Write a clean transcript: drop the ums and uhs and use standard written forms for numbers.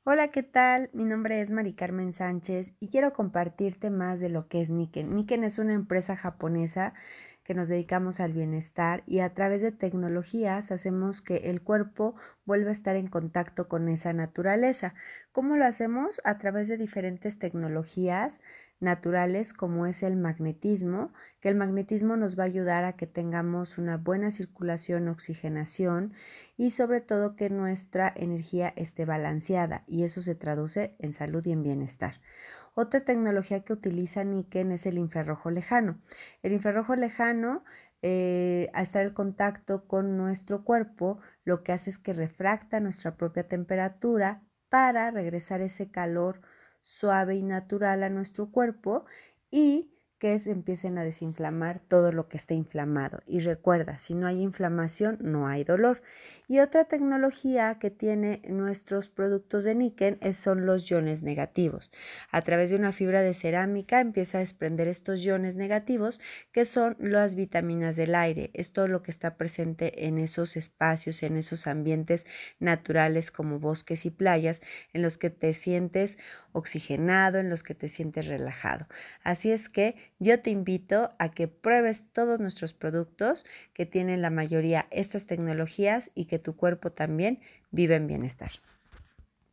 Hola, ¿qué tal? Mi nombre es Mari Carmen Sánchez y quiero compartirte más de lo que es Niken. Niken es una empresa japonesa que nos dedicamos al bienestar y a través de tecnologías hacemos que el cuerpo vuelva a estar en contacto con esa naturaleza. ¿Cómo lo hacemos? A través de diferentes tecnologías naturales como es el magnetismo, que el magnetismo nos va a ayudar a que tengamos una buena circulación, oxigenación y sobre todo que nuestra energía esté balanceada y eso se traduce en salud y en bienestar. Otra tecnología que utiliza Niken es el infrarrojo lejano. El infrarrojo lejano, al estar en contacto con nuestro cuerpo, lo que hace es que refracta nuestra propia temperatura para regresar ese calor suave y natural a nuestro cuerpo y que se empiecen a desinflamar todo lo que esté inflamado. Y recuerda, si no hay inflamación, no hay dolor. Y otra tecnología que tiene nuestros productos de Niken son los iones negativos. A través de una fibra de cerámica empieza a desprender estos iones negativos que son las vitaminas del aire. Es todo lo que está presente en esos espacios, en esos ambientes naturales como bosques y playas, en los que te sientes oxigenado, en los que te sientes relajado. Así es que yo te invito a que pruebes todos nuestros productos que tienen la mayoría estas tecnologías y que tu cuerpo también vive en bienestar.